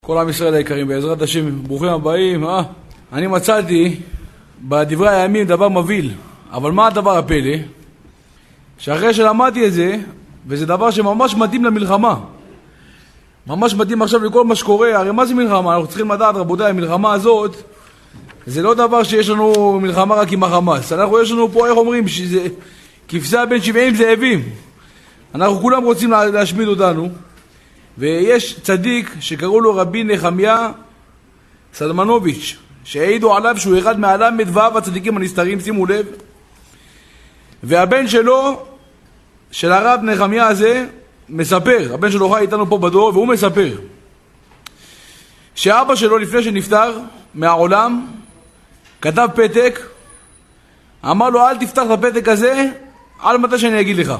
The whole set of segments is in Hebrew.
כל עם ישראל היקרים, בעזרת השם, ברוכים הבאים. אני מצאתי בדברי הימים דבר מבהיל, אבל מה הדבר הפלא? שאחרי שלמדתי את זה, וזה דבר שממש מתאים למלחמה, ממש מתאים עכשיו לכל מה שקורה. הרי מה זה מלחמה? אנחנו צריכים לדעת, רבותיי, המלחמה הזאת זה לא דבר שיש לנו מלחמה רק עם החמאס. יש לנו פה, איך אומרים, שזה כבשה בין 70 זאבים. אנחנו כולם רוצים להשמיד אותנו. ויש צדיק שקראו לו רבי נחמיה סלמנוביץ', שהעידו עליו שהוא אחד מהל"ו הצדיקים הנסתרים, שימו לב. והבן שלו, של הרב נחמיה הזה, מספר, הבן שלו חי איתנו פה בדור, והוא מספר שאבא שלו לפני שנפטר מהעולם כתב פתק, אמר לו אל תפתח את הפתק הזה על מתי שאני אגיד לך.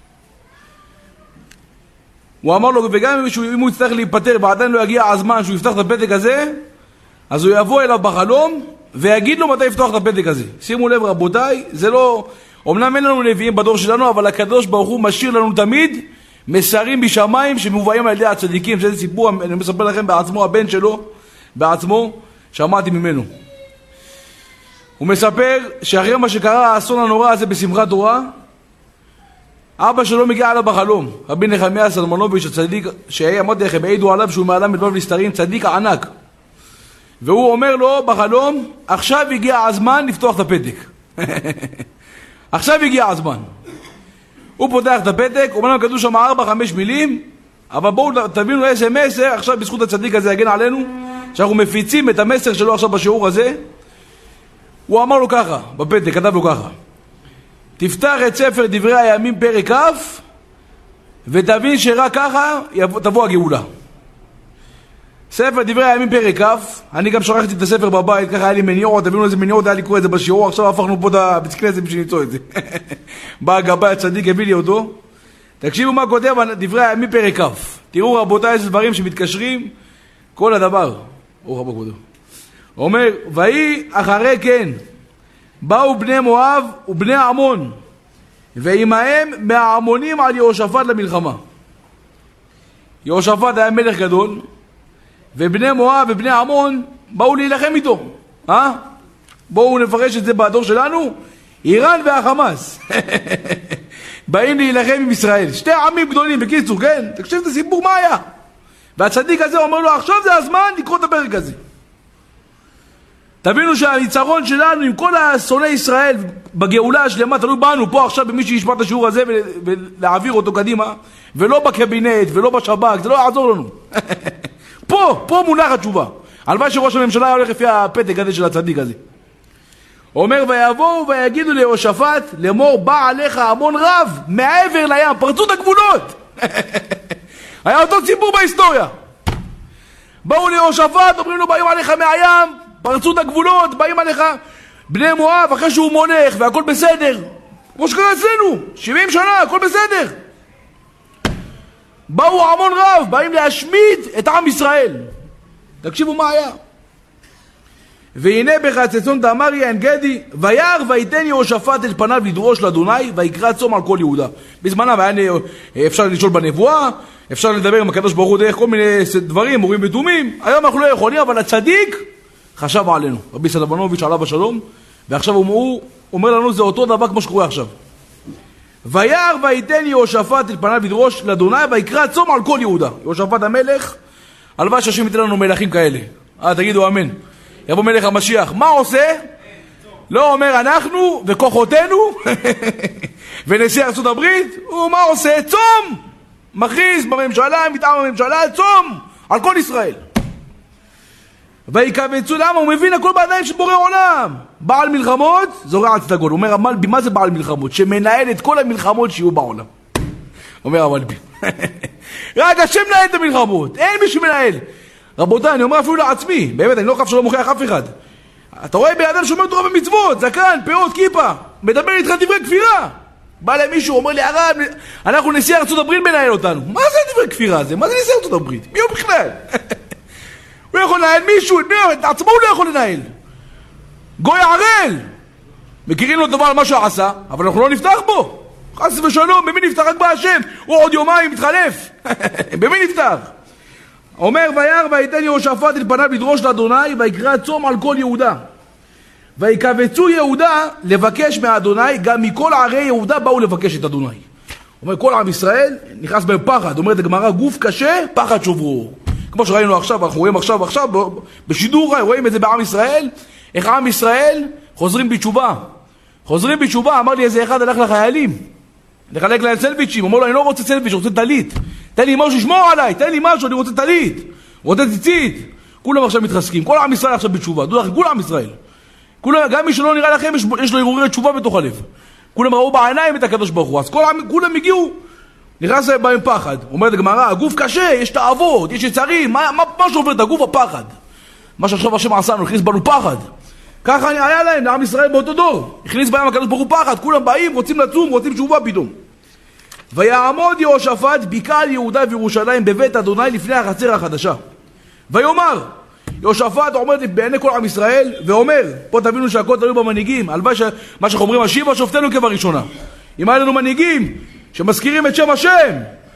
הוא אמר לו, וגם אם הוא יצטרך להיפטר ועדיין לא יגיע הזמן שהוא יפתח את הפתק הזה, אז הוא יבוא אליו בחלום ויגיד לו מתי יפתח את הפתק הזה. שימו לב רבותיי, זה לא, אמנם אין לנו נביאים בדור שלנו, אבל הקדוש ברוך הוא משאיר לנו תמיד מסרים בשמיים שמובאים על ידי הצדיקים. זה סיפור, אני מספר לכם בעצמו, הבן שלו בעצמו, שמעתי ממנו. הוא מספר שאחרי מה שקרה האסון הנורא הזה בשמחת תורה, אבא שלו מגיע עליו בחלום, רבי נחמיה סלמנוביץ' הצדיק, אמרתי לכם, העידו עליו שהוא מהל"ו נסתרים, צדיק ענק. והוא אומר לו בחלום, עכשיו הגיע הזמן לפתוח את הפתק. עכשיו הגיע הזמן. הוא פותח את הפתק, אומנם כתוב שם 4-5 מילים, אבל בואו תבינו איזה מסר, עכשיו בזכות הצדיק הזה יגן עלינו, שאנחנו מפיצים את המסר שלו עכשיו בשיעור הזה. הוא אמר לו ככה, בפתק, כתב לו ככה, תפתח את ספר דברי הימים פרק כ' ותבין שרק ככה תבוא הגאולה. ספר דברי הימים פרק כ', אני גם שרחתי את הספר בבית, ככה היה לי מניעות, תבינו איזה מניעות היה לי קורא את זה בשיעור, עכשיו הפכנו פה את הבית כנסת בשביל למצוא את זה. בא הגבאי הצדיק, הביא לי אותו. תקשיבו מה כותב דברי הימים פרק כ'. תראו רבותיי איזה דברים שמתקשרים כל הדבר. ברוך הבא כבודו. אומר, ויהי אחרי כן באו בני מואב ובני עמון, ועמהם מהעמונים על יהושפט למלחמה. יהושפט היה מלך גדול, ובני מואב ובני עמון באו להילחם איתו. בואו נפרש את זה בדור שלנו, איראן והחמאס באים להילחם עם ישראל, שתי עמים גדולים בקיצור, כן? תקשיב את הסיפור מה היה. והצדיק הזה אומר לו, עכשיו זה הזמן לקרוא את הפרק הזה. תבינו שהניצרון שלנו עם כל השונאי ישראל בגאולה השלמה תלוי בנו פה עכשיו במי שישמע את השיעור הזה ולהעביר אותו קדימה, ולא בקבינט ולא בשב"כ, זה לא יעזור לנו. פה מונח התשובה. הלוואי שראש הממשלה הולך לפי הפתק הזה של הצדיק הזה. אומר ויבואו ויגידו ליהושפט לאמור בא עליך המון רב מעבר לים, פרצו את הגבולות. היה אותו ציבור בהיסטוריה. באו ליהושפט, אומרים לו באים עליך מהים, פרצו את הגבולות, באים עליך בני מואב אחרי שהוא מונך והכל בסדר, כמו שקרה אצלנו 70 שנה, הכל בסדר. באו המון רב, באים להשמיד את עם ישראל. תקשיבו מה היה. והנה בחצצון דאמרי עין גדי וירא ויתן יהושפט את פניו לדרוש לאדוני ויקרא צום על כל יהודה. בזמנם היה אפשר לשאול בנבואה, אפשר לדבר עם הקדוש ברוך הוא דרך כל מיני דברים, מורים ודומים. היום אנחנו לא יכולים, אבל הצדיק חשב עלינו, רבי סלמנוביץ' עליו השלום, ועכשיו הוא אומר לנו זה אותו דבר כמו שקורה עכשיו. וירא ויתן יהושפט את פניו לדרוש לאדוני ויקרא צום על כל יהודה. יהושפט המלך, הלוואי שהשם ייתן לנו מלכים כאלה. תגידו אמן. יבוא מלך המשיח, מה עושה? לא אומר אנחנו וכוחותינו ונשיא ארצות הברית, הוא מה עושה? צום! מכריז בממשלה, מטעם הממשלה, צום על כל ישראל. ויקבצו, למה? הוא מבין הכל בידיים של בורא עולם. בעל מלחמות זורע עצת הגול. הוא אומר המלבי, מה זה בעל מלחמות? שמנהל את כל המלחמות שיהיו בעולם. אומר המלבי רק השם מנהל את המלחמות, אין מי שמנהל. רבותיי, אני אומר אפילו לעצמי, באמת, אני לא חושב שלא מוכיח אף אחד. אתה רואה בידן שומר תורה ומצוות, זקן, פאות, כיפה, מדבר איתך דברי כפירה. בא להם מישהו, אומר לי, הרב, אנחנו נשיא ארצות הברית מנהל אותנו. מה זה דברי כפירה הזה? מה זה נשיא ארצות הברית? מי הוא בכלל? הוא יכול לנהל מישהו, את עצמו הוא לא יכול לנהל. גוי ערל. מכירים לו דבר על מה שהוא עשה, אבל אנחנו לא נפתח בו. חס ושלום, במי נפתח רק בהשם? הוא עוד יומיים מתחלף. במי נפתח? אומר וירא ויתן יהושפט אל פניו לדרוש לאדוני ויקרא צום על כל יהודה. ויקבצו יהודה לבקש מאדוני, גם מכל ערי יהודה באו לבקש את אדוני. אומר כל עם ישראל נכנס בהם פחד, אומרת הגמרא גוף קשה פחד שברו. כמו שראינו עכשיו, אנחנו רואים עכשיו בשידור רואים את זה בעם ישראל, איך עם ישראל חוזרים בתשובה. חוזרים בתשובה, אמר לי איזה אחד הלך לחיילים לחלק להם סלפיצ'ים, אומר לו אני לא רוצה סלפיץ', רוצה טלית, תן לי משהו לשמור עליי, תן לי משהו, אני רוצה טלית, רוצה ציצית. כולם עכשיו מתחזקים, כל עם ישראל עכשיו בתשובה, דו לכם, כל עם ישראל, גם מי שלא נראה לכם יש לו הרהורי תשובה בתוך הלב, כולם ראו בעיניים את הקדוש ברוך הוא, אז כולם הגיעו, נכנס בהם פחד. אומרת הגמרא, הגוף קשה, יש תאוות, יש יצרים, מה שעובר את הגוף? הפחד. מה שעכשיו השם עשנו, הכניס בנו פחד. ככה היה להם, לעם ישראל באותו דור. הכניס בהם הקדוש ברוך הוא פחד, כולם באים, רוצים לצום, רוצים תשובה פתאום. ויעמוד יהושפט בקהל יהודה וירושלים בבית אדוני לפני החצר החדשה. ויאמר, יהושפט עומד בעיני כל עם ישראל, ואומר, פה תבינו שהכל תלוי במנהיגים, הלוואי מה שאנחנו אומרים, השיבה שופטנו כבראשונה. אם היה לנו מנהיגים שמזכירים את שם השם,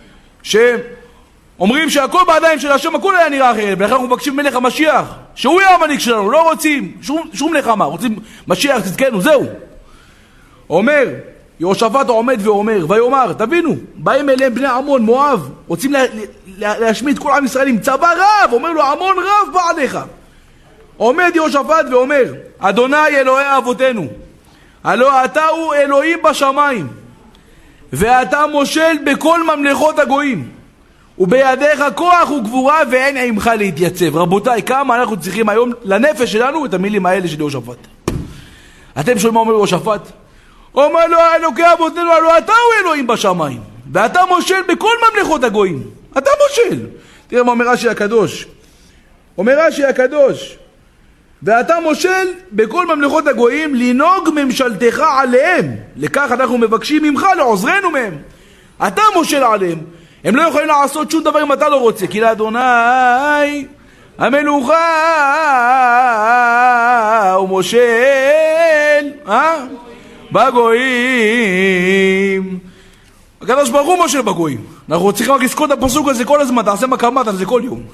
שאומרים שהכל בידיים של השם, הכל היה נראה אחרת, ולכן אנחנו מבקשים מלך המשיח, שהוא יהיה המנהיג שלנו, לא רוצים שום נחמה, רוצים משיח צדקנו, זהו. אומר, יהושפט עומד ואומר, ויאמר, תבינו, באים אליהם בני עמון, מואב, רוצים להשמיד כל עם ישראל עם צבא רב, אומר לו, עמון רב בא עליך. עומד יהושפט ואומר, אדוני אלוהי אבותינו, הלא אתה הוא אלוהים בשמיים, ואתה מושל בכל ממלכות הגויים, ובידיך כוח וגבורה ואין עמך להתייצב. רבותיי, כמה אנחנו צריכים היום לנפש שלנו את המילים האלה של יהושפט. אתם שומעים מה אומר יהושפט? אומר לו, אלוקי אבותינו, הלא אתה הוא אלוהים בשמיים, ואתה מושל בכל ממלכות הגויים. אתה מושל. תראה מה אומר רש"י הקדוש. אומר רש"י הקדוש, ואתה מושל בכל ממלכות הגויים לנהוג ממשלתך עליהם. לכך אנחנו מבקשים ממך לעוזרנו מהם. אתה מושל עליהם. הם לא יכולים לעשות שום דבר אם אתה לא רוצה. כי לאדוני המלוכה הוא מושל בגויים. הקדוש ברוך הוא מושל בגויים. אנחנו צריכים רק לזכור את הפסוק הזה כל הזמן. תעשה מקמת על זה כל יום.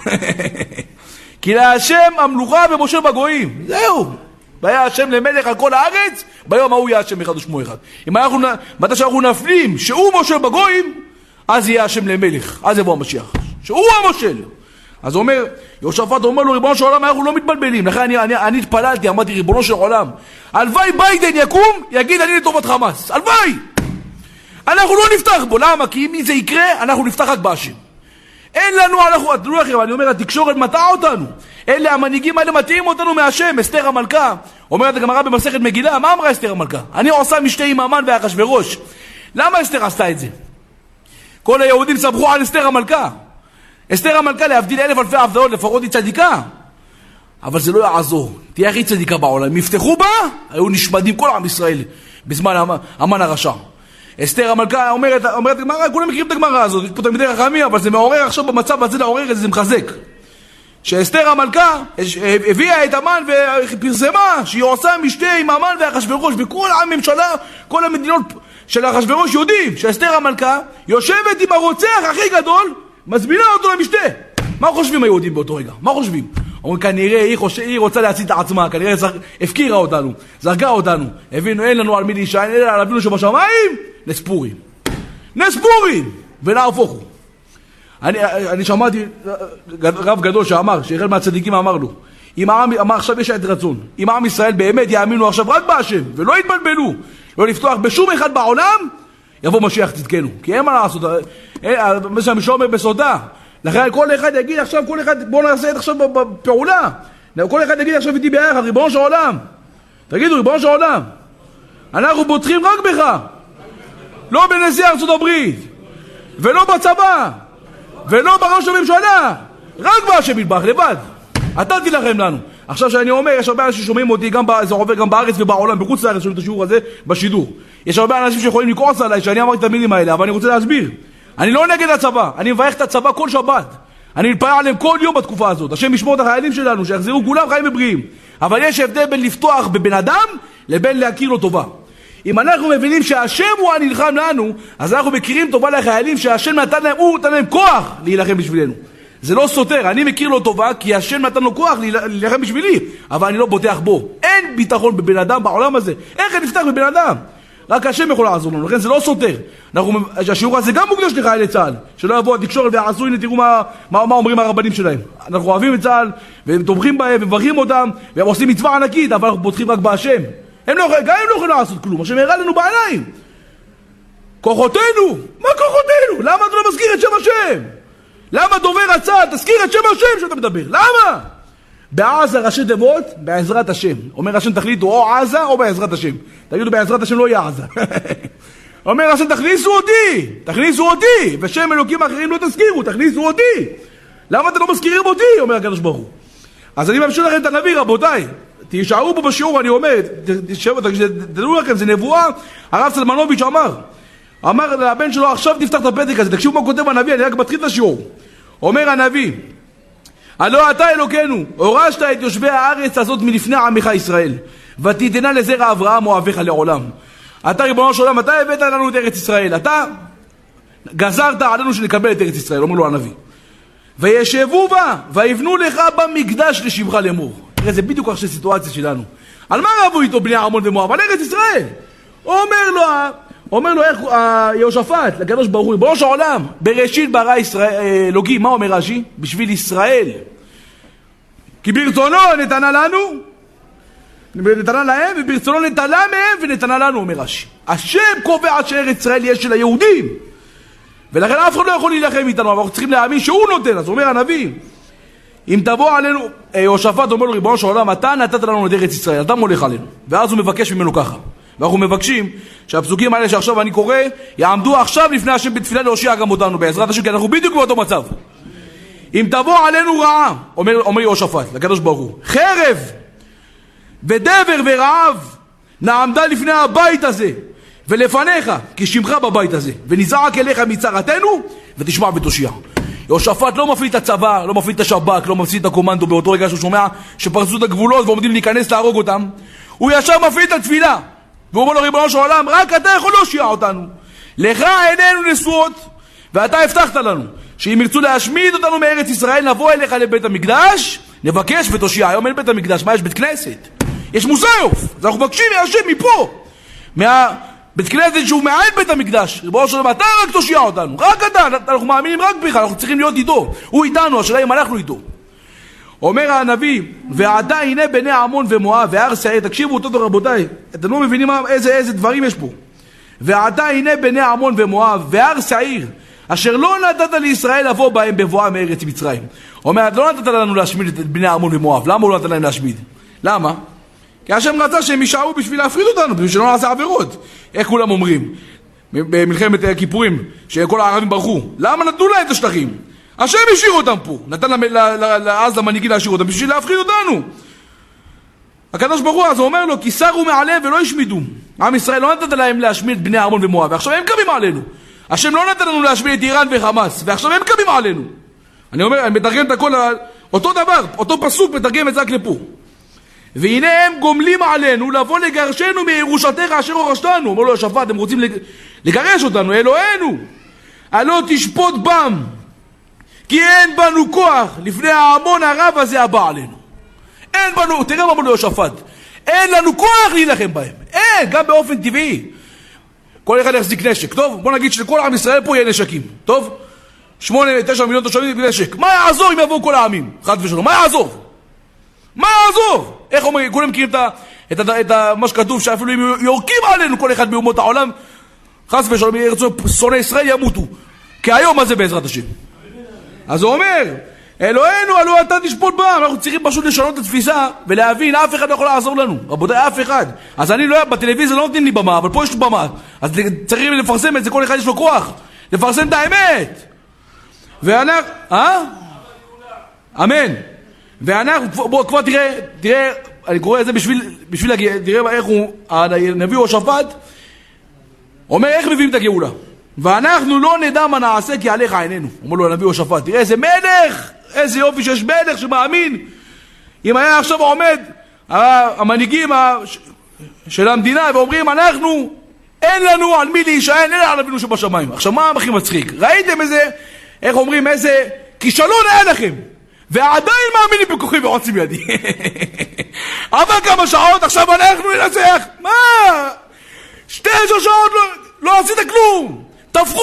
כי להשם המלוכה ומושל בגויים. זהו. והיה השם למלך על כל הארץ, ביום ההוא יהיה השם אחד ושמו אחד. אם מתי שאנחנו נפנים שהוא מושל בגויים, אז יהיה השם למלך. אז יבוא המשיח. שהוא המושל. אז אומר, יהושפט אומר לו, ריבונו של עולם, אנחנו לא מתבלבלים. לכן אני התפללתי, אמרתי, ריבונו של עולם, הלוואי ביידן יקום, יגיד אני לטובת חמאס. הלוואי. אנחנו לא נפתח בו. למה? כי אם זה יקרה, אנחנו נפתח רק בהשם. אין לנו, תדעו לכם, אני אומר, התקשורת מטעה אותנו. אלה המנהיגים האלה מטעים אותנו מהשם. אסתר המלכה, אומרת הגמרא במסכת מגילה, מה אמרה אסתר המלכה? אני עושה משתה עם המן ואחשוורוש. למה אסתר עשתה את זה? כל היהודים סמכו על אסתר המלכה. אסתר המלכה להבדיל 1000 הבדלות, לפחות היא צדיקה. אבל זה לא יעזור. תהיה הכי צדיקה בעולם. אם יפתחו בה, היו נשמדים כל עם ישראל בזמן המן הרשע. אסתר המלכה אומרת הגמרא, כולם מכירים את הגמרא הזאת, יש פה תלמידי חכמים, אבל זה מעורר עכשיו במצב הזה, לעורר את זה, זה מחזק. שאסתר המלכה הביאה את המן ופרסמה שהיא עושה משתה עם המן ואחשוורוש, וכל הממשלה, כל המדינות של אחשוורוש יודעים שאסתר המלכה יושבת עם הרוצח הכי גדול, מזמינה אותו למשתה. מה חושבים היהודים באותו רגע? מה חושבים? אומרים, כנראה היא רוצה להציל את עצמה, כנראה הפקירה אותנו, זרקה אותנו, הבינו, אין לנו על מי להישען, אלא על אבינו שבשמיים, נס פורים, ונהפוך הוא. אני שמעתי רב גדול שאמר, שאחד מהצדיקים אמר לו, אם העם, אמר עכשיו יש את רצון, אם העם ישראל באמת יאמינו עכשיו רק בהשם, ולא יתבלבלו, לא לפתוח בשום אחד בעולם, יבוא משיח צדקנו, כי אין מה לעשות, מה שהמשל אומר בסודה, לכן כל אחד יגיד עכשיו, כל אחד, בואו נעשה את עכשיו בפעולה, כל אחד יגיד עכשיו איתי ביחד, ריבונו של עולם, תגידו, ריבונו של עולם, אנחנו בוטחים רק בך, לא בנשיא ארצות הברית, ולא בצבא, ולא בראש הממשלה, רק בהשם יתברך, לבד. אתה תילחם לנו. עכשיו שאני אומר, יש הרבה אנשים ששומעים אותי, זה עובר גם בארץ ובעולם, בחוץ לארץ, שומעים את השיעור הזה בשידור. יש הרבה אנשים שיכולים לקרוץ עליי, שאני אמרתי את המילים האלה, אבל אני רוצה להסביר. אני לא נגד הצבא, אני מברך את הצבא כל שבת. אני מתפלל עליהם כל יום בתקופה הזאת. השם ישמור את החיילים שלנו, שיחזרו כולם חיים ובריאים. אבל יש הבדל בין לפתוח בבן אדם, לבין להכיר לו טובה. אם אנחנו מבינים שהשם הוא הנלחם לנו, אז אנחנו מכירים טובה לחיילים שהשם נתן להם, הוא נתן להם כוח להילחם בשבילנו. זה לא סותר, אני מכיר לו טובה, כי השם נתן לו כוח להילחם בשבילי, אבל אני לא בוטח בו. אין ביטחון בבן אדם בעולם הזה. איך נפתח בבן אדם? רק השם יכול לעזור לנו, לכן זה לא סותר. השיעור הזה גם מוקדש לחיילי צה"ל, שלא יבוא התקשורת ויעשו, הנה תראו מה אומרים הרבנים שלהם. אנחנו אוהבים את צה"ל, והם תומכים בהם, ומברכים אותם, והם עושים מצווה ענקית, אבל אנחנו בוטחים רק בהשם. גם הם לא יכולים לעשות כלום, השם הראה לנו בעיניים. כוחותינו! מה כוחותינו? למה אתה לא מזכיר את שם השם? למה דובר הצה"ל? תזכיר את שם השם שאתה מדבר. למה? בעזה ראשי תיבות, בעזרת השם. אומר השם תחליטו או עזה או בעזרת השם. תגידו בעזרת השם לא יהיה עזה. אומר השם תכניסו אותי, ושם אלוקים אחרים לא תזכירו, תכניסו אותי. למה אתם לא מזכירים אותי? אומר הקדוש ברוך הוא. אז אני ממשיך לכם את הנביא, רבותיי. תישארו פה בשיעור, אני אומר, תדעו לכם, זה נבואה. הרב סלמנוביץ' אמר לבן שלו, עכשיו תפתח את הפתק הזה, תקשיבו מה כותב הנביא, אני רק מתחיל את השיעור. אומר הנביא, הלא אתה אלוקינו, הורשת את יושבי הארץ הזאת מלפני עמך ישראל, ותיתנה לזרע אברהם אוהביך לעולם. אתה ריבונו של עולם, אתה הבאת לנו את ארץ ישראל, אתה גזרת עלינו שנקבל את ארץ ישראל, אומר לו הנביא. וישבו בה, ויבנו לך במקדש לשבחה לאמור. תראה, זה בדיוק עכשיו סיטואציה שלנו. על מה רבו איתו בני עמון ומואב? על ארץ ישראל. אומר לו איך יהושפט, לקדוש ברוך הוא, בראש העולם, בראשית ברא אלוקים, מה אומר רש"י? בשביל ישראל. כי ברצונו נתנה לנו, נתנה להם, וברצונו נטלה מהם ונתנה לנו, אומר רש"י. השם קובע שארץ ישראל יש של היהודים. ולכן אף אחד לא יכול להילחם איתנו, אבל אנחנו צריכים להאמין שהוא נותן. אז אומר הנביא, אם תבוא עלינו, יהושפט אומר לו, ריבונו של עולם, אתה נתת לנו את ארץ ישראל, אתה מולך עלינו. ואז הוא מבקש ממנו ככה. ואנחנו מבקשים שהפסוקים האלה שעכשיו אני קורא יעמדו עכשיו לפני השם בתפילה להושיע גם אותנו בעזרת השם, כי אנחנו בדיוק באותו מצב. אם תבוא עלינו רעה, אומר יהושפט לקדוש ברוך הוא, חרב ודבר ורעב נעמדה לפני הבית הזה ולפניך כי שמך בבית הזה, ונזעק אליך מצרתנו ותשמע ותושיע. יהושפט לא מפעיל את הצבא, לא מפעיל את השב"כ, לא מפעיל את הקומנדו באותו רגע שהוא שומע שפרצו את הגבולות ועומדים להיכנס להרוג אותם. הוא ישר מפעיל את התפילה והוא אומר לו, ריבונו של עולם, רק אתה יכול להושיע אותנו. לך עינינו נשואות, ואתה הבטחת לנו שאם ירצו להשמיד אותנו מארץ ישראל, נבוא אליך לבית המקדש, נבקש ותושיע. היום אין בית המקדש, מה יש? בית כנסת. יש מוסאיוף, אז אנחנו מבקשים מהשם מפה, מהבית כנסת שהוא מעל בית המקדש. ריבונו של עולם, אתה רק תושיע אותנו, רק אתה, אנחנו מאמינים רק בך, אנחנו צריכים להיות איתו. הוא איתנו, השאלה אם אנחנו איתו. אומר הנביא, ועתה הנה בני עמון ומואב והר שעיר, תקשיבו אותו רבותיי, אתם לא מבינים איזה דברים יש פה. ועתה הנה בני עמון ומואב והר שעיר, אשר לא נתת לישראל לבוא בהם בבואם מארץ מצרים. אומר, לא נתת לנו להשמיד את בני עמון ומואב. למה הוא לא נתת להם להשמיד? למה? כי השם רצה שהם יישארו בשביל להפריד אותנו, בשביל שלא נעשה עבירות. איך כולם אומרים? במלחמת כיפורים, שכל הערבים ברחו. למה נתנו להם את השטחים? השם השאיר אותם פה, נתן אז למנהיגים להשאיר אותם בשביל להפחיד אותנו. הקדוש ברוך הוא אז אומר לו, כי שרו מעליהם ולא ישמידו. עם ישראל לא נתת להם להשמיד בני עמון ומואב, ועכשיו הם קמים עלינו. השם לא נתן לנו להשמיד את איראן וחמאס, ועכשיו הם קמים עלינו. אני אומר, אני מתרגם את הכל, אותו דבר, אותו פסוק מתרגם את זה רק לפה. והנה הם גומלים עלינו לבוא לגרשנו מירושתך אשר הורשתנו. אומר לו יהושפט, הם רוצים לגרש אותנו, אלוהינו, הלא תשפוט בם, כי אין בנו כוח לפני ההמון הרב הזה הבא עלינו. אין בנו, תראה מה אמרו ליהושפט, אין לנו כוח להילחם בהם. אין, גם באופן טבעי. כל אחד יחזיק נשק, טוב? בוא נגיד שלכל עם ישראל פה יהיה נשקים, טוב? 8-9 מיליון תושבים בנשק. מה יעזור אם יבואו כל העמים? חד ושלום, מה יעזור? מה יעזור? איך אומרים, כולם מכירים את מה שכתוב, שאפילו אם יורקים עלינו כל אחד באומות העולם, חס ושלום, ירצו שונאי ישראל ימותו. כי היום מה זה בעזרת השם? אז הוא אומר, אלוהינו, הלוא אתה תשפוט בם. אנחנו צריכים פשוט לשנות את התפיסה ולהבין, אף אחד לא יכול לעזור לנו. רבותיי, אף אחד. אז אני לא, בטלוויזיה לא נותנים לי במה, אבל פה יש במה. אז צריכים לפרסם את זה, כל אחד יש לו כוח. לפרסם את האמת. ואנחנו, אמן. ואנחנו, בוא, כבר תראה, אני קורא את זה בשביל להגיע, תראה איך הוא, הנביא יהושפט, אומר איך מביאים את הגאולה. ואנחנו לא נדע מה נעשה כי עליך עינינו. אומר לו הנביא יהושפט, תראה איזה מלך, איזה יופי שיש מלך שמאמין. אם היה עכשיו עומד המנהיגים של המדינה ואומרים, אנחנו, אין לנו על מי להישען, אין על אבינו שבשמיים. עכשיו מה הכי מצחיק? ראיתם איזה, איך אומרים, איזה כישלון היה לכם, ועדיין מאמינים בכוחי ועוצם ידי. אבל כמה שעות, עכשיו אנחנו ננצח. מה? 2 שעות לא עשית כלום. תפחו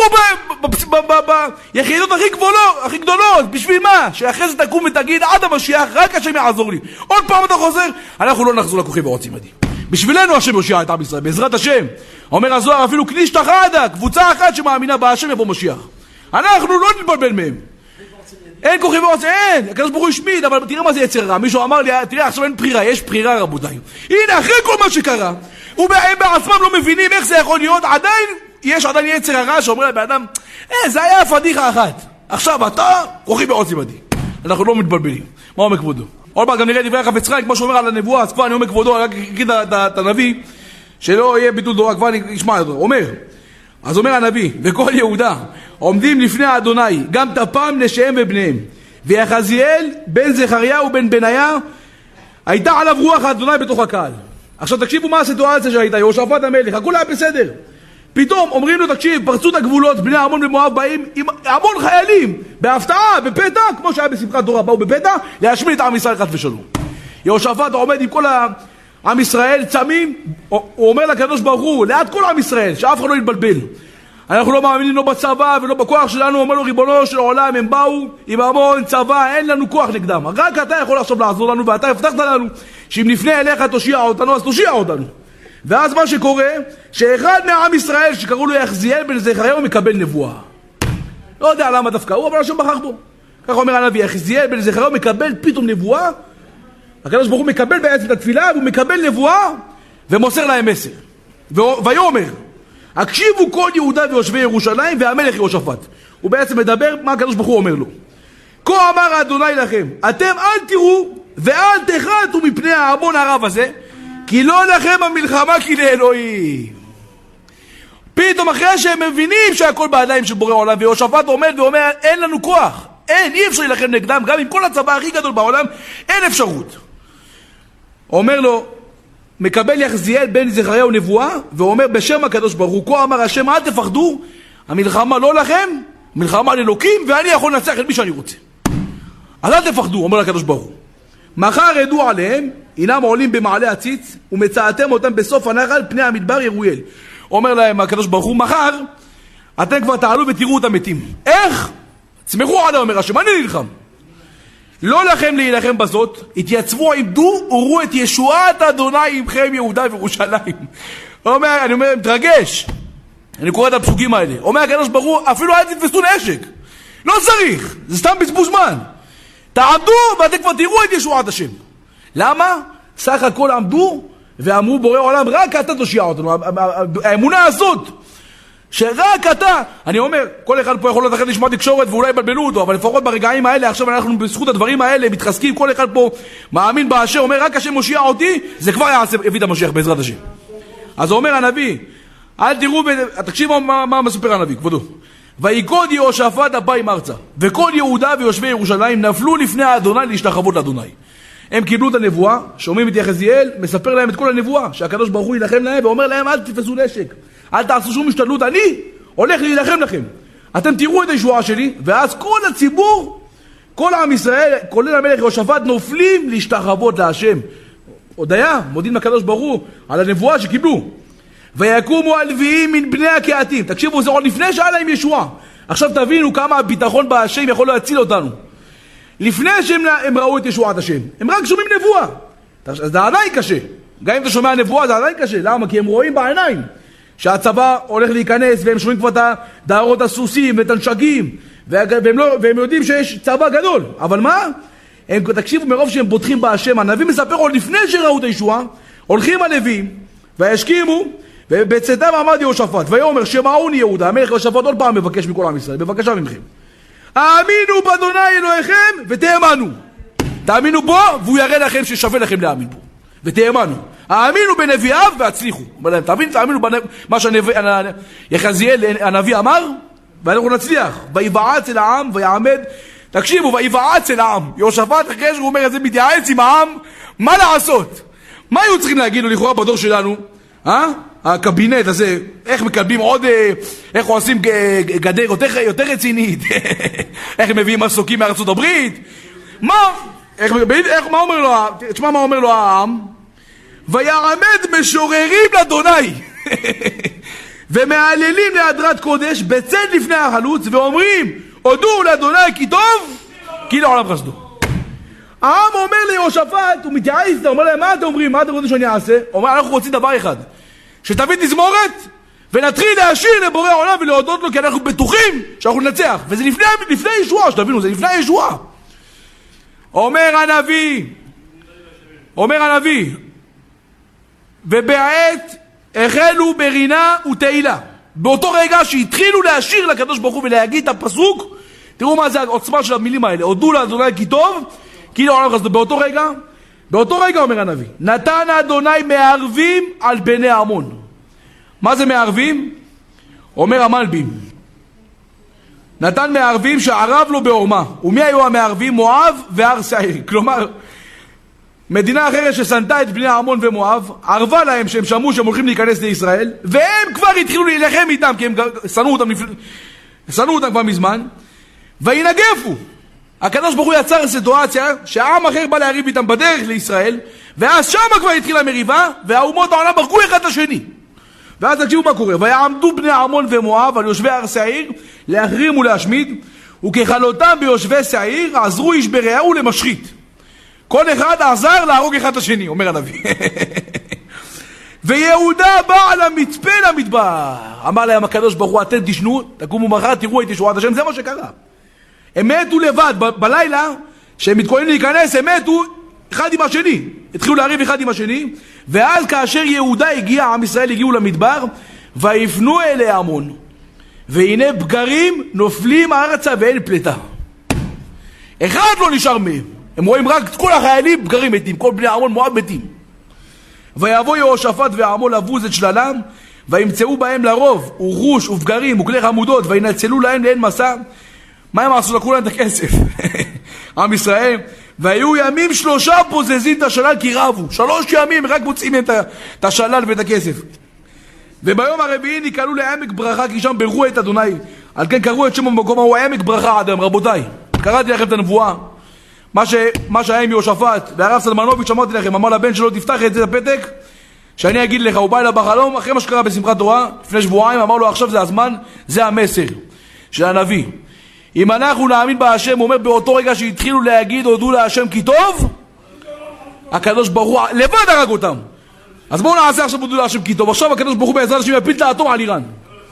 ביחידות הכי גדולות. בשביל מה? שאחרי זה תקום ותגיד עד המשיח, רק השם יעזור לי. עוד פעם אתה חוזר, אנחנו לא נחזור לכוחי ועוצם ידי. בשבילנו השם יושיע את עם ישראל, בעזרת השם. אומר הזוהר, אפילו קנישתא חדא, קבוצה אחת שמאמינה בהשם יבוא משיח. אנחנו לא נתבלבל מהם. אין כוחי ועוצם, אין, הקדוש ברוך הוא השמיד, אבל תראה מה זה יצר רע. מישהו אמר לי, תראה עכשיו אין בחירה, יש בחירה רבותיי. הנה, אחרי כל מה שקרה, הם בעצמם לא מבינים איך זה יכול להיות, יש עדיין יצר הרע שאומר לבאדם, זה היה פדיחה אחת. עכשיו אתה, כוחי ועוצם ידי. אנחנו לא מתבלבלים. מה אומר כבודו? עוד פעם, גם נראה דברי החפץ חיים, כמו שאומר על הנבואה, אז כבר אני אומר כבודו, רק אגיד את הנביא, שלא יהיה ביטול תורה, כבר אני אשמע אותו. אומר, אז אומר הנביא, וכל יהודה עומדים לפני אדוני, גם טפם נשיהם ובניהם, ויחזיאל בן זכריה ובן בניה, הייתה עליו רוח אדוני בתוך הקהל. עכשיו תקשיבו מה הסיטואציה שהייתה, יהושפט המלך, הכל היה בסדר. פתאום אומרים לו, תקשיב, פרצו את הגבולות, בני עמון ומואב באים עם המון חיילים, בהפתעה, בפתע, כמו שהיה בשמחת תורה, באו בפתע, להשמיד את עם ישראל חס ושלום. יהושפט עומד עם כל עם ישראל, צמים, הוא אומר לקדוש ברוך הוא, ליד כל עם ישראל, שאף אחד לא יתבלבל. אנחנו לא מאמינים לא בצבא ולא בכוח שלנו, אומר לו ריבונו של עולם, הם באו עם המון צבא, אין לנו כוח נגדם. רק אתה יכול עכשיו לעזור לנו, ואתה הבטחת לנו, שאם נפנה אליך תושיע אותנו, אז תושיע אותנו. ואז מה שקורה, שאחד מעם ישראל שקראו לו יחזיאל בן זכריה הוא מקבל נבואה. לא יודע למה דווקא הוא, אבל השם בחר בו. כך אומר הנביא, יחזיאל בן זכריה הוא מקבל פתאום נבואה. הקדוש ברוך הוא מקבל בעצם את התפילה, והוא מקבל נבואה ומוסר להם מסר. ויאמר, הקשיבו כל יהודה ויושבי ירושלים והמלך יהושפט. הוא בעצם מדבר מה הקדוש ברוך הוא אומר לו. כה אמר אדוני לכם, אתם אל תראו ואל תחתו מפני ההמון הרב הזה, כי לא לכם המלחמה כי לאלוהים. פתאום אחרי שהם מבינים שהכל בידיים של בורא עולם, ויהושפט עומד ואומר, אין לנו כוח, אי אפשר להילחם נגדם, גם עם כל הצבא הכי גדול בעולם, אין אפשרות. אומר לו, מקבל יחזיאל בן זכריה נבואה, ואומר בשם הקדוש ברוך הוא, כה אמר השם, אל תפחדו, המלחמה לא לכם, מלחמה לאלוקים, ואני יכול לנצח את מי שאני רוצה. אז אל תפחדו, אומר הקדוש ברוך הוא. מחר ידעו עליהם, אינם עולים במעלה הציץ, ומצאתם אותם בסוף הנחל, פני המדבר ירואל. אומר להם הקדוש ברוך הוא, מחר אתם כבר תעלו ותראו אותם מתים. איך? צמחו עליהם, אומר השם, אני נלחם. לא לכם להילחם בזאת, התייצבו, עמדו, וראו את ישועת אדוני עמכם יהודה וירושלים. אני אומר, מתרגש. אני קורא את הפסוקים האלה. אומר הקדוש ברוך הוא, אפילו אל תתפסו נשק. לא צריך, זה סתם בזבוז זמן. תעמדו ואתם כבר תראו את ישועת השם. למה? סך הכל עמדו ואמרו בורא עולם, רק אתה תושיע אותנו. האמונה הזאת, שרק אתה, אני אומר, כל אחד פה יכול להיות אחרי לשמוע תקשורת ואולי בלבלו אותו, אבל לפחות ברגעים האלה, עכשיו אנחנו בזכות הדברים האלה מתחזקים, כל אחד פה מאמין באשר, אומר רק השם מושיע אותי, זה כבר יביא את המשיח בעזרת השם. אז אומר הנביא, אל תראו, תקשיבו מה מספר הנביא, כבודו. ויקוד יהושפט אפיים ארצה, וכל יהודה ויושבי ירושלים נפלו לפני אדוני להשתחוות לאדוני. הם קיבלו את הנבואה, שומעים את יחזיאל, מספר להם את כל הנבואה, שהקדוש ברוך הוא ילחם להם, ואומר להם אל תתפסו נשק, אל תעשו שום השתדלות, אני הולך להילחם לכם. אתם תראו את הישועה שלי, ואז כל הציבור, כל עם ישראל, כולל המלך יהושפט, נופלים להשתחוות להשם. הודיה, מודים לקדוש ברוך הוא על הנבואה שקיבלו. ויקומו הלוויים מן בני הקהתים. תקשיבו, זה עוד לפני שהיה להם ישועה. עכשיו תבינו כמה הביטחון בהשם יכול להציל אותנו. לפני שהם ראו את ישועת השם, הם רק שומעים נבואה. זה עדיין קשה. גם אם אתה שומע נבואה זה עדיין קשה. למה? כי הם רואים בעיניים שהצבא הולך להיכנס, והם שומעים כבר את דהרות הסוסים ואת הנשקים, והם יודעים שיש צבא גדול. אבל מה? תקשיבו, מרוב שהם בוטחים בהשם, הנביא מספר עוד לפני שראו את הישועה, הולכים הלווים וישכימו, ובצאתם עמד יהושפט, ויאמר שמעוני יהודה, המלך יהושפט עוד פעם מבקש מכל עם ישראל, בבקשה ממכם, האמינו באדוני אלוהיכם ותאמנו. תאמינו בו והוא יראה לכם ששווה לכם להאמין בו, ותאמנו. האמינו בנביאיו והצליחו. תאמינו במה שיחזיאל הנביא אמר, ואנחנו נצליח. ויבעץ אל העם ויעמד. תקשיבו, ויבעץ אל העם. יהושפט אחרי שהוא אומר את זה, מתייעץ עם העם, מה לעשות? מה היו צריכים להגיד לו לכאורה בדור שלנו? הקבינט הזה, איך מקלבים עוד, איך עושים גדר יותר רצינית, איך הם מביאים מסוקים מארצות הברית, מה אומר לו, תשמע מה אומר לו העם, ויעמד משוררים לאדוני, ומעללים להדרת קודש בצד לפני החלוץ, ואומרים, הודו לאדוני כי טוב, כי לעולם חסדו. העם אומר ליהושפט, הוא מתייעץ, הוא אומר להם, מה אתם אומרים? מה אתם רוצים שאני אעשה? הוא אומר, אנחנו רוצים דבר אחד, שתביא תזמורת, ונתחיל להשאיר לבורא העולם ולהודות לו, כי אנחנו בטוחים שאנחנו ננצח. וזה לפני ישועה, שתבינו, זה לפני ישועה. אומר הנביא, ובעת החלו ברינה ותהילה. באותו רגע שהתחילו להשאיר לקדוש ברוך הוא ולהגיד את הפסוק, תראו מה זה העוצמה של המילים האלה, הודו לאדוני כי טוב, כי לעולם חסדו. באותו רגע אומר הנביא, נתן אדוני מערבים על בני עמון. מה זה מערבים? אומר המלבים, נתן מערבים שערב לו בעורמה. ומי היו המערבים? מואב והר שעיר. כלומר, מדינה אחרת ששנתה את בני עמון ומואב, ערבה להם שהם שמעו שהם הולכים להיכנס לישראל, והם כבר התחילו להילחם איתם, כי הם שנאו אותם כבר מזמן, וינגפו. הקדוש ברוך הוא יצר סיטואציה שהעם אחר בא להריב איתם בדרך לישראל, ואז שם כבר התחילה מריבה, והאומות העולם ברגו אחד את השני. ואז תקשיבו מה קורה, ויעמדו בני עמון ומואב על יושבי הר שעיר להחרים ולהשמיד, וככלותם ביושבי שעיר עזרו איש ברעהו למשחית. כל אחד עזר להרוג אחד את השני, אומר הנביא. ויהודה בא על המצפה למדבר, אמר להם הקדוש ברוך הוא, אתם תשנו, תקומו מחר, תראו את ישועת השם. זה מה שקרה. הם מתו לבד, בלילה שהם מתכוננים להיכנס, הם מתו אחד עם השני, התחילו להריב אחד עם השני. ואז כאשר יהודה הגיע, עם ישראל הגיעו למדבר, ויפנו אלי עמון, והנה בגרים נופלים ארצה ואין פלטה, אחד לא נשאר מהם. הם רואים רק כל החיילים בגרים מתים, כל בני עמון מואב מתים. ויבוא יהושפט ועמו לבוז את שללם, וימצאו בהם לרוב ורוש ובגרים וכלי חמודות, וינצלו להם לאין מסע. מה הם עשו? לקחו להם את הכסף. עם ישראל, והיו ימים 3 פוזזים את השלל כי רבו. 3 ימים רק מוצאים את השלל ואת הכסף. וביום הרביעי נקראו לעמק ברכה, כי שם ברכו את אדוני. על כן קראו את שם במקום ההוא עמק ברכה עד היום. רבותיי, קראתי לכם את הנבואה, מה שהיה עם יהושפט, והרב סלמנוביץ' אמרתי לכם, אמר לבן שלו, תפתח את זה לפתק שאני אגיד לך. הוא בא אליו בחלום אחרי מה שקרה בשמחת תורה לפני שבועיים, אמר לו, עכשיו זה הזמן, זה המסר של הנביא. אם אנחנו נאמין בהשם, הוא אומר, באותו רגע שהתחילו להגיד הודו להשם כי טוב, הקדוש ברוך הוא לבד הרג אותם. אז בואו נעשה עכשיו הודו להשם כי טוב. עכשיו הקדוש ברוך הוא בעזרת השם יפיל את האטום על איראן.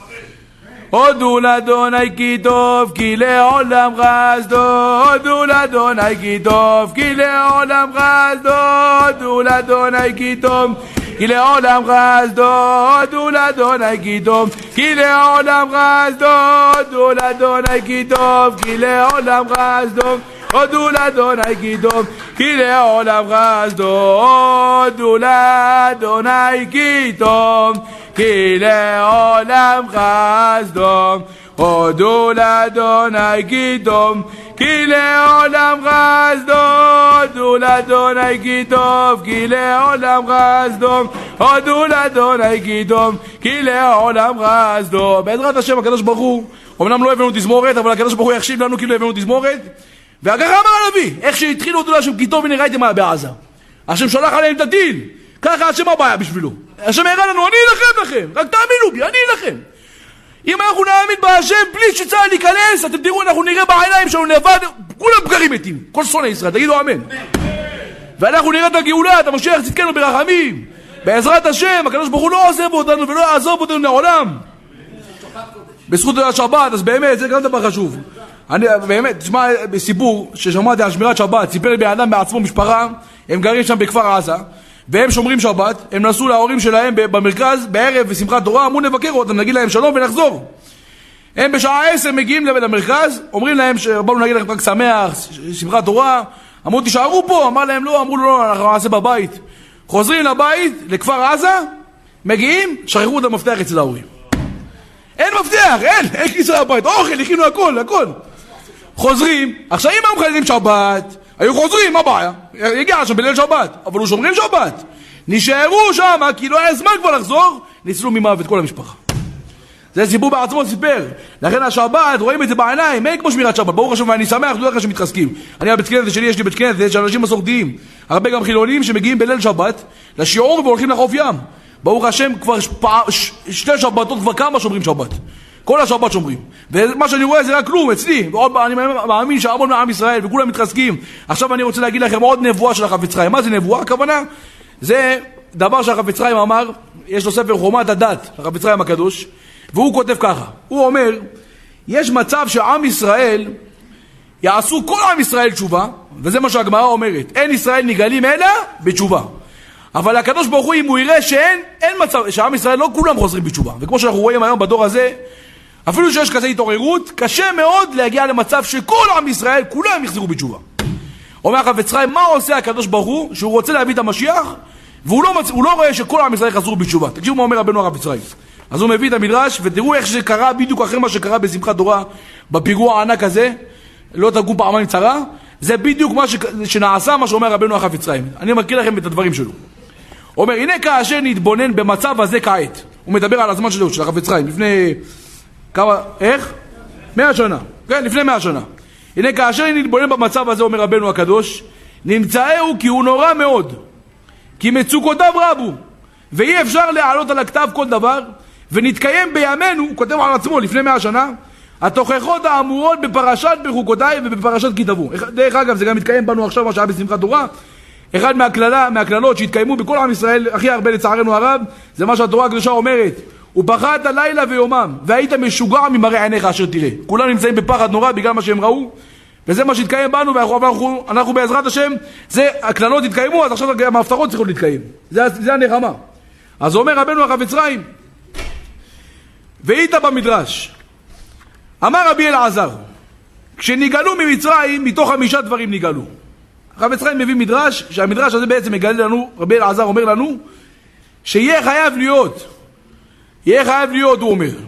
הודו לאדוני כי טוב, כי לעולם חסדו. הודו לאדוני כי טוב, כי לעולם חסדו. הודו לאדוני כי טוב, כי לעולם חסדו. הודו לאדוני כי טוב, כי לעולם חסדו. הודו לאדוני כי טוב, כי לעולם חסדו. הודו לאדוני כי טוב, כי לעולם חסדו. הודו לאדוני כי טוב, כי לעולם חסדו. הודו לאדוני כי טוב, כי לעולם חסדו. הודו לאדוני כי טוב, כי לעולם חסדו. הודו לאדוני כי טוב, כי לעולם חסדו. בעזרת השם הקדוש ברוך הוא, אמנם לא הבאנו תזמורת, אבל הקדוש ברוך הוא יחשיב לנו כאילו הבאנו תזמורת. וככה אמר הנביא, איך שהתחילו הודו להשם כי טוב, הנה ראיתם מה בעזה, השם שלח עליהם את הטיל. ככה השם הבעיה בשבילו, השם הראה לנו, אני אלחם לכם, רק תאמינו בי, אני אלחם. אם אנחנו נאמין בהשם בלי שצה"ל להיכנס, אתם תראו, אנחנו נראה בעיניים שלנו לבד, כולם בגרים מתים, כל שונא ישראל, תגידו אמן. ואנחנו נראה את הגאולה, את המשיח צדקנו ברחמים, בעזרת השם. הקדוש ברוך הוא לא עוזב אותנו ולא יעזוב אותנו לעולם, בזכות השבת. אז באמת זה גם דבר חשוב. אני באמת, תשמע בסיפור ששמעתי על שמירת שבת, סיפר לי באדם בעצמו, משפחה, הם גרים שם בכפר עזה, והם שומרים שבת. הם נסעו להורים שלהם במרכז בערב בשמחת תורה, אמרו נבקר אותם, נגיד להם שלום ונחזור. הם בשעה 10 מגיעים למרכז, אומרים להם שבאנו נגיד לכם רק שמח, שמחת תורה. אמרו תישארו פה, אמר להם לא, אמרו לא, אנחנו נעשה בבית. חוזרים לבית, לכפר עזה, מגיעים, שכחו את המפתח אצל ההורים. אין מפתח, אין כניסה לבית, אוכל, הכינו הכל. חוזרים, עכשיו אם הם מחללים שבת, היו חוזרים, מה בעיה? הגיע שם בליל שבת, אבל הוא שומרים שבת. נשארו שם, כי לא היה זמן כבר לחזור, ניצלו ממוות כל המשפחה. זה סיפור בעצמו סיפר. לכן השבת, רואים את זה בעיניים, אין כמו שמירת שבת. ברוך השם, ואני שמח, תודה לך שמתחזקים. אני בבית כנסת שלי, יש לי בית כנסת, של אנשים מסורתיים, הרבה גם חילונים שמגיעים בליל שבת, לשיעור והולכים לחוף ים. ברוך השם, כבר שתי שבתות, כבר כמה שומרים שבת. כל השבת שומרים. ומה שאני רואה זה רק כלום, אצלי. ועוד אני מאמין שהמון מעם ישראל, וכולם מתחזקים. עכשיו אני רוצה להגיד לכם עוד נבואה של החפץ חיים. מה זה נבואה? הכוונה, זה דבר שהחפץ חיים אמר, יש לו ספר חומת הדת, החפץ חיים הקדוש, והוא כותב ככה. הוא אומר, יש מצב שעם ישראל, יעשו כל עם ישראל תשובה, וזה מה שהגמרא אומרת. אין ישראל נגאלים אלא בתשובה. אבל הקדוש ברוך הוא, אם הוא יראה שאין מצב, שעם ישראל לא כולם חוזרים בתשובה. וכמו שאנחנו רואים היום בדור הזה, אפילו שיש כזה התעוררות, קשה מאוד להגיע למצב שכל עם ישראל, כולם יחזרו בתשובה. אומר החפץ חיים, מה עושה הקדוש ברוך הוא, שהוא רוצה להביא את המשיח, והוא לא רואה שכל עם ישראל חזרו בתשובה. תקשיבו מה אומר רבנו החפץ חיים. אז הוא מביא את המדרש, ותראו איך שקרה בדיוק אחרי מה שקרה בשמחת תורה, בפיגוע הענק הזה, לא תקום פעמיים צרה, זה בדיוק מה שנעשה, מה שאומר רבנו החפץ חיים. אני מכיר לכם את הדברים שלו. הוא אומר, הנה כאשר נתבונן במצב הזה כעת, הוא מדבר על הזמן שלו, של החפץ חיים, לפני כמה, איך? 100 שנה, כן, לפני 100 שנה. הנה כאשר נתבונן במצב הזה, אומר רבנו הקדוש, נמצאהו כי הוא נורא מאוד, כי מצוקותיו רבו, ואי אפשר להעלות על הכתב כל דבר, ונתקיים בימינו, הוא כותב על עצמו לפני 100 שנה, התוכחות האמורות בפרשת בחוקותיי ובפרשת כי תבוא. דרך אגב, זה גם מתקיים בנו עכשיו מה שהיה בשמחת תורה. אחד מהכללות שהתקיימו בכל עם ישראל, הכי הרבה לצערנו הרב, זה מה שהתורה הקדושה אומרת. ופחדת לילה ויומם, והיית משוגע ממראה עיניך אשר תראה. כולם נמצאים בפחד נורא בגלל מה שהם ראו, וזה מה שהתקיים בנו, ואנחנו בעזרת השם, הכללות התקיימו, אז עכשיו גם ההבטחות צריכות להתקיים. זה הנחמה. אז אומר רבנו החפץ חיים, והיית במדרש, אמר רבי אלעזר, כשנגאלו ממצרים, מתוך 5 דברים נגאלו. החפץ חיים מביא מדרש, שהמדרש הזה בעצם מגלה לנו, רבי אלעזר אומר לנו, שיהיה חייב להיות, הוא אומר,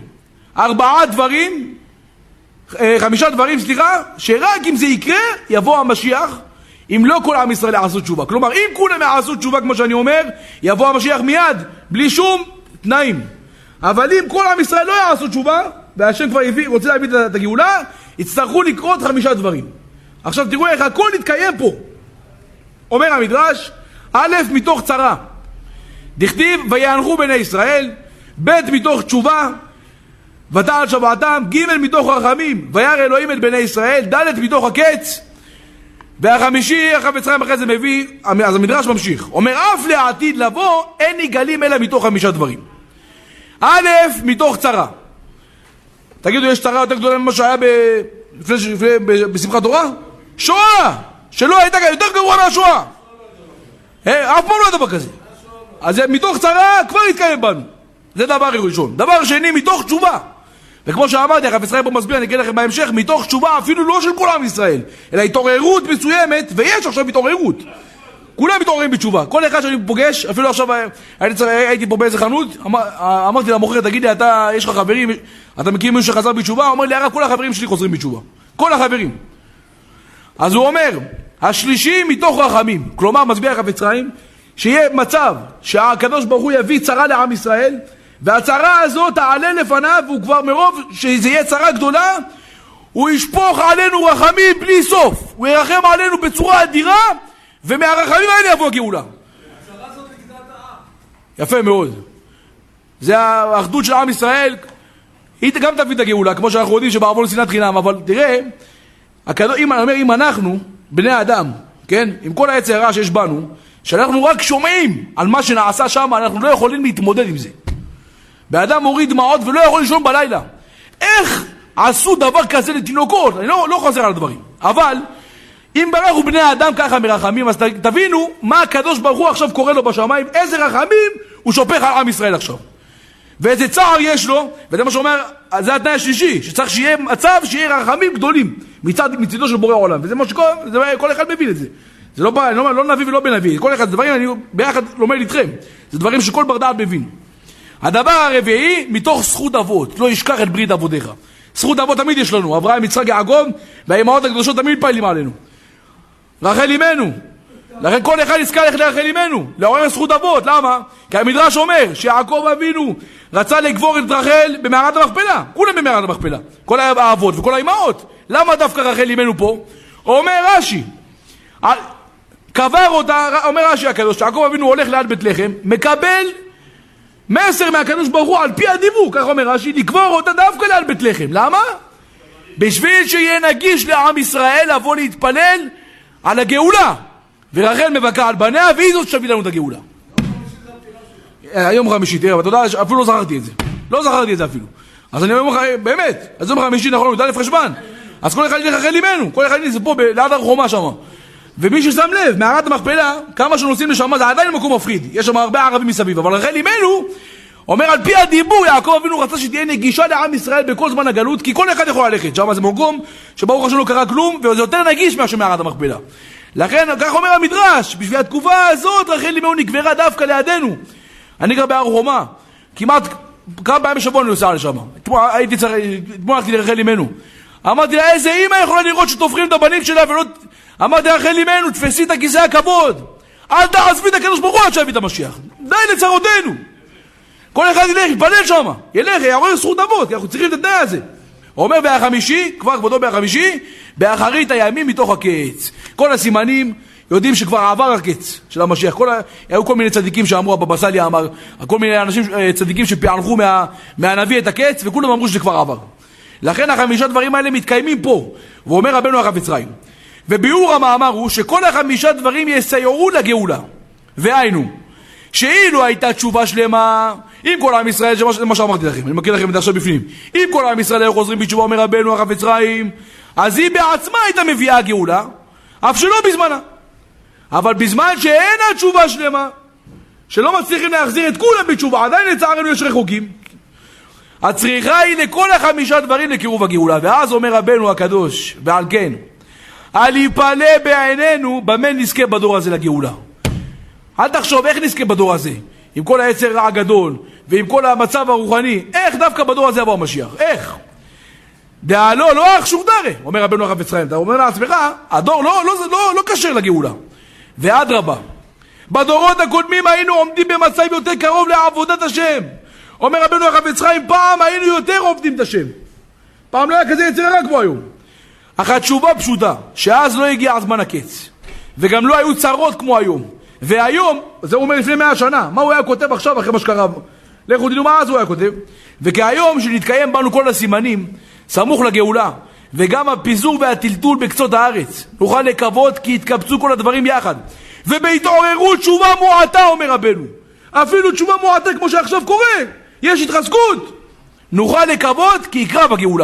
5 דברים, שרק אם זה יקרה, יבוא המשיח, אם לא כל עם ישראל יעשו תשובה. כלומר, אם כולם יעשו תשובה, כמו שאני אומר, יבוא המשיח מיד, בלי שום תנאים. אבל אם כל עם ישראל לא יעשו תשובה, והשם כבר רוצה להביא את הגאולה, יצטרכו לקרות 5 דברים. עכשיו תראו איך הכל יתקיים פה. אומר המדרש, א' מתוך צרה, דכתיב ויענחו בני ישראל, ב' מתוך תשובה, ותעל שבעתם, ג' מתוך רחמים, וירא אלוהים את בני ישראל, ד' מתוך הקץ, והחמישי, החפץ חיים אחרי זה מביא, אז המדרש ממשיך, אומר אף לעתיד לבוא, אין נגאלים אלא מתוך 5 דברים. א' מתוך צרה. תגידו, יש צרה יותר גדולה ממה שהיה בשמחת תורה? שואה! שלא הייתה יותר גרוע מהשואה. אף פעם לא היה דבר כזה. אז מתוך צרה כבר יתקיים בנו. זה דבר ראשון. דבר שני, מתוך תשובה. וכמו שאמרתי, החפץ חיים פה מסביר, אני אגיד לכם בהמשך, מתוך תשובה אפילו לא של כל עם ישראל, אלא התעוררות מסוימת, ויש עכשיו התעוררות. כולם מתעוררים בתשובה. כל אחד שאני פוגש, אפילו עכשיו הייתי פה באיזה חנות, אמרתי למוכר, תגיד לי, יש לך חברים, אתה מכיר מישהו שחזר בתשובה? הוא אומר לי, כל החברים שלי חוזרים בתשובה. כל החברים. אז הוא אומר, השלישי מתוך רחמים. כלומר, מסביר החפץ חיים, שיהיה מצב שהקדוש ברוך הוא יביא צרה לעם ישראל, והצרה הזאת תעלה לפניו, והוא כבר מרוב שזה יהיה צרה גדולה, הוא ישפוך עלינו רחמים בלי סוף. הוא ירחם עלינו בצורה אדירה, ומהרחמים האלה יבוא הגאולה. הצרה הזאת לגדעת העם. יפה מאוד. זה האחדות של עם ישראל, היא גם תביא את הגאולה, כמו שאנחנו יודעים שבעוון שנאת חינם, אבל תראה, אם אנחנו, בני האדם, כן, עם כל העץ הרע שיש בנו, שאנחנו רק שומעים על מה שנעשה שם, אנחנו לא יכולים להתמודד עם זה. באדם מוריד דמעות ולא יכול לישון בלילה. איך עשו דבר כזה לתינוקות? אני לא חוזר על הדברים. אבל, אם אנחנו בני האדם ככה מרחמים, אז תבינו מה הקדוש ברוך הוא עכשיו קורא לו בשמיים, איזה רחמים הוא שופך על עם ישראל עכשיו. ואיזה צער יש לו, וזה מה שאומר, זה התנאי השלישי, שצריך שיהיה מצב שיהיה רחמים גדולים מצידו של בורא העולם. וזה מה שכל אחד מבין את זה. זה לא נביא ולא בנביא. כל אחד, דברים אני ביחד לומד איתכם. זה דברים שכל בר דעת מבין. הדבר הרביעי, מתוך זכות אבות. לא ישכח את ברית אבותיך. זכות אבות תמיד יש לנו. אברהם, יצחק, יעקב, והאימהות הקדושות תמיד פעלים עלינו. רחל אמנו. לכן כל אחד יזכה ללכת לרחל אמנו, לעורר זכות אבות. למה? כי המדרש אומר שיעקב אבינו רצה לקבור את רחל במערת המכפלה. כולם במערת המכפלה, כל האבות וכל האימהות. למה דווקא רחל אמנו פה? אומר רש"י, קבר אותה, אומר רש"י הקדוש, שיעקב אבינו הולך ליד בית לחם, מקבל מסר מהקדוש ברוך הוא על פי הדיבור, כך אומר רש"י, לקבור אותה דווקא ליד בית לחם. למה? בשביל שיהיה נגיש לעם ישראל לבוא להתפלל על הגאולה. ורחל מבכה על בניה, והיא זאת שתביא לנו את הגאולה. היום חמישי, תראה, אתה יודע, אפילו לא זכרתי את זה. לא זכרתי את זה אפילו. אז אני אומר לך, באמת, אז יום חמישי נכון, י"א חשוון. אז כל אחד ילך רחל אמנו, כל אחד ילך פה ליד הר חומה שם. ומי ששם לב, מערת המכפלה, כמה שנוסעים לשם, זה עדיין מקום מפחיד. יש שם הרבה ערבים מסביב, אבל רחל אמנו אומר על פי הדיבור, יעקב אבינו רצה שתהיה נגישה לעם ישראל בכל זמן הגלות, כי כל אחד יכול ללכת. שם זה מקום שברוך השם לא קרה כלום, וזה יותר נגיש מאשר מערת המכפלה. לכן, כך אומר המדרש, בשביל התקופה הזאת רחל אמנו נקברה דווקא לידינו. אני גר בהר חומה, כמעט כמה פעמים בשבוע אני נוסע לשם. אתמול הלכתי לרחל אמנו. אמרתי לה, איזה אמא יכולה לראות שתופכים את הבנים שלה ולא... אמרתי רחל אמנו, תפסי את הכיסא הכבוד. אל תעזבי את הקדוש ברוך הוא עד שיביא את המשיח. די לצרותינו. כל אחד ילך, יתפלל שם. ילך, יעורר זכות אבות, כי אנחנו צריכים את התנאי הזה. הוא אומר בהחמישי, כבר כבודו בהחמישי, באחרית הימים מתוך הקץ. כל הסימנים יודעים שכבר עבר הקץ של המשיח. היו כל מיני צדיקים שאמרו, הבבא סאלי אמר, כל מיני אנשים צדיקים שפענחו מהנביא את הקץ, וכולם אמרו שזה כבר עבר. לכן החמישה דברים האלה מתקיימים פה. ואומר רבנו החפץ חיים. וביאור המאמר הוא שכל החמישה דברים יסייעו לגאולה. והיינו, שאילו הייתה תשובה שלמה, אם כל עם ישראל, זה מה שאמרתי לכם, אני מכיר לכם את זה עכשיו בפנים, אם כל עם ישראל היו חוזרים בתשובה, אומר רבנו החפץ חיים, אז היא בעצמה הייתה מביאה גאולה, אף שלא בזמנה. אבל בזמן שאין התשובה שלמה, שלא מצליחים להחזיר את כולם בתשובה, עדיין לצערנו יש רחוקים, הצריכה היא לכל החמישה דברים לקירוב הגאולה. ואז אומר רבנו הקדוש, ועל כן, אל יפלא בעינינו במה נזכה בדור הזה לגאולה. אל תחשוב איך נזכה בדור הזה, עם כל היצר רע גדול, ועם כל המצב הרוחני, איך דווקא בדור הזה יבוא המשיח? איך? דעלו, לא אך שור דרה, אומר רבנו החפץ חיים. אתה אומר לעצמך, הדור לא קשר לגאולה. ואדרבה, בדורות הקודמים היינו עומדים במצב יותר קרוב לעבודת השם. אומר רבנו החפץ חיים, פעם היינו יותר עובדים את השם. פעם לא היה כזה יצר רע כמו היום. אך התשובה פשוטה, שאז לא הגיע הזמן הקץ, וגם לא היו צרות כמו היום. והיום, זה הוא אומר לפני 100 שנה, מה הוא היה כותב עכשיו אחרי מה שקרה? לכו תדעו מה אז הוא היה כותב. וכהיום שנתקיים בנו כל הסימנים, סמוך לגאולה, וגם הפיזור והטלטול בקצות הארץ, נוכל לקוות כי יתקבצו כל הדברים יחד. ובהתעוררות תשובה מועטה, אומר רבנו. אפילו תשובה מועטה כמו שעכשיו קורה, יש התחזקות. נוכל לקוות כי יקרב הגאולה.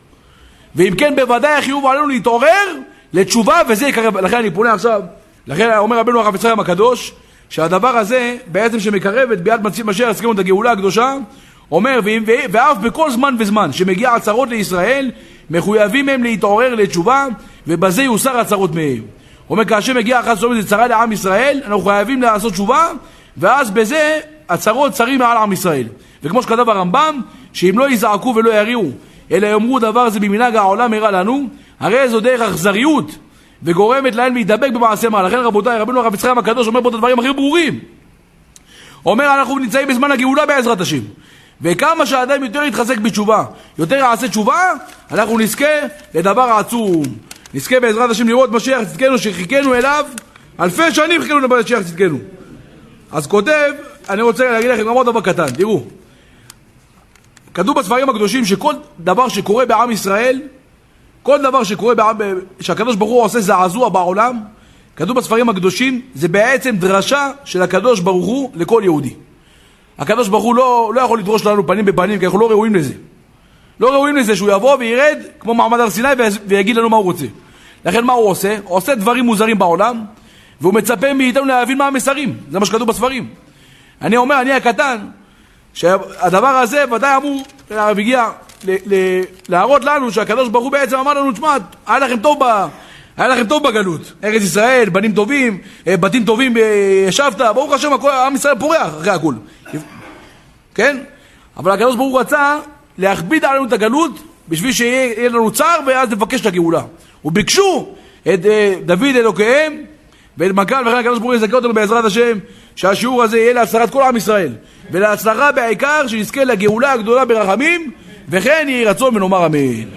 ואם כן בוודאי החיוב עלינו להתעורר לתשובה, וזה יקרב. לכן אני פונה עכשיו, לכן אומר רבנו החפץ חיים הקדוש, שהדבר הזה בעצם שמקרבת ביד משיח הסכימו את הגאולה הקדושה, אומר, ואף בכל זמן וזמן שמגיע הצרות לישראל, מחויבים הם להתעורר לתשובה, ובזה יוסר הצרות מהם. אומר, כאשר מגיע אחת זאת אומרת צרה לעם ישראל, אנחנו חייבים לעשות תשובה, ואז בזה הצרות צרים מעל עם ישראל. וכמו שכתב הרמב"ם, שאם לא יזעקו ולא יריעו, אלא יאמרו דבר זה במנהג העולם הרע לנו, הרי זו דרך אכזריות, וגורמת להם להידבק במעשה מה. לכן רבותיי, רבנו החפץ חיים הקדוש אומר פה את הדברים הכי ברורים. אומר, אנחנו נמצאים בזמן הגאולה בעזרת השם. וכמה שהאדם יותר יתחזק בתשובה, יותר יעשה תשובה, אנחנו נזכה לדבר עצום. נזכה בעזרת השם לראות משיח צדקנו שחיכנו אליו, אלפי שנים חיכנו למשיח צדקנו. אז כותב, אני רוצה להגיד לכם גם עוד דבר קטן, תראו. כתוב בספרים הקדושים שכל דבר שקורה בעם ישראל, כל דבר שקורה שהקדוש ברוך הוא עושה זעזוע בעולם, כתוב בספרים הקדושים, זה בעצם דרשה של הקדוש ברוך הוא לכל יהודי. הקדוש ברוך הוא לא יכול לדרוש לנו פנים בפנים, כי אנחנו לא ראויים לזה. לא ראויים לזה שהוא יבוא וירד כמו מעמד הר סיני ויגיד לנו מה הוא רוצה. לכן מה הוא עושה? הוא עושה דברים מוזרים בעולם, והוא מצפה מאיתנו להבין מה המסרים. זה מה שכתוב בספרים. אני אומר, אני הקטן, שהדבר הזה ודאי אמור להראות לנו שהקדוש ברוך הוא בעצם אמר לנו, תשמע, היה לכם טוב בגלות, ארץ ישראל, בנים טובים, בתים טובים ישבת, ברוך השם, עם ישראל פורח אחרי הכל. כן? אבל הקדוש ברוך הוא רצה להכביד עלינו את הגלות, בשביל שיהיה לנו צער, ואז נבקש את הגאולה. וביקשו את דוד אלוקיהם, ואת מכאן וכן הקדוש ברוך הוא יזכה אותנו בעזרת השם, שהשיעור הזה יהיה להצלחת כל עם ישראל, ולהצלחה בעיקר שנזכה לגאולה הגדולה ברחמים, וכן יהי רצון ונאמר אמן.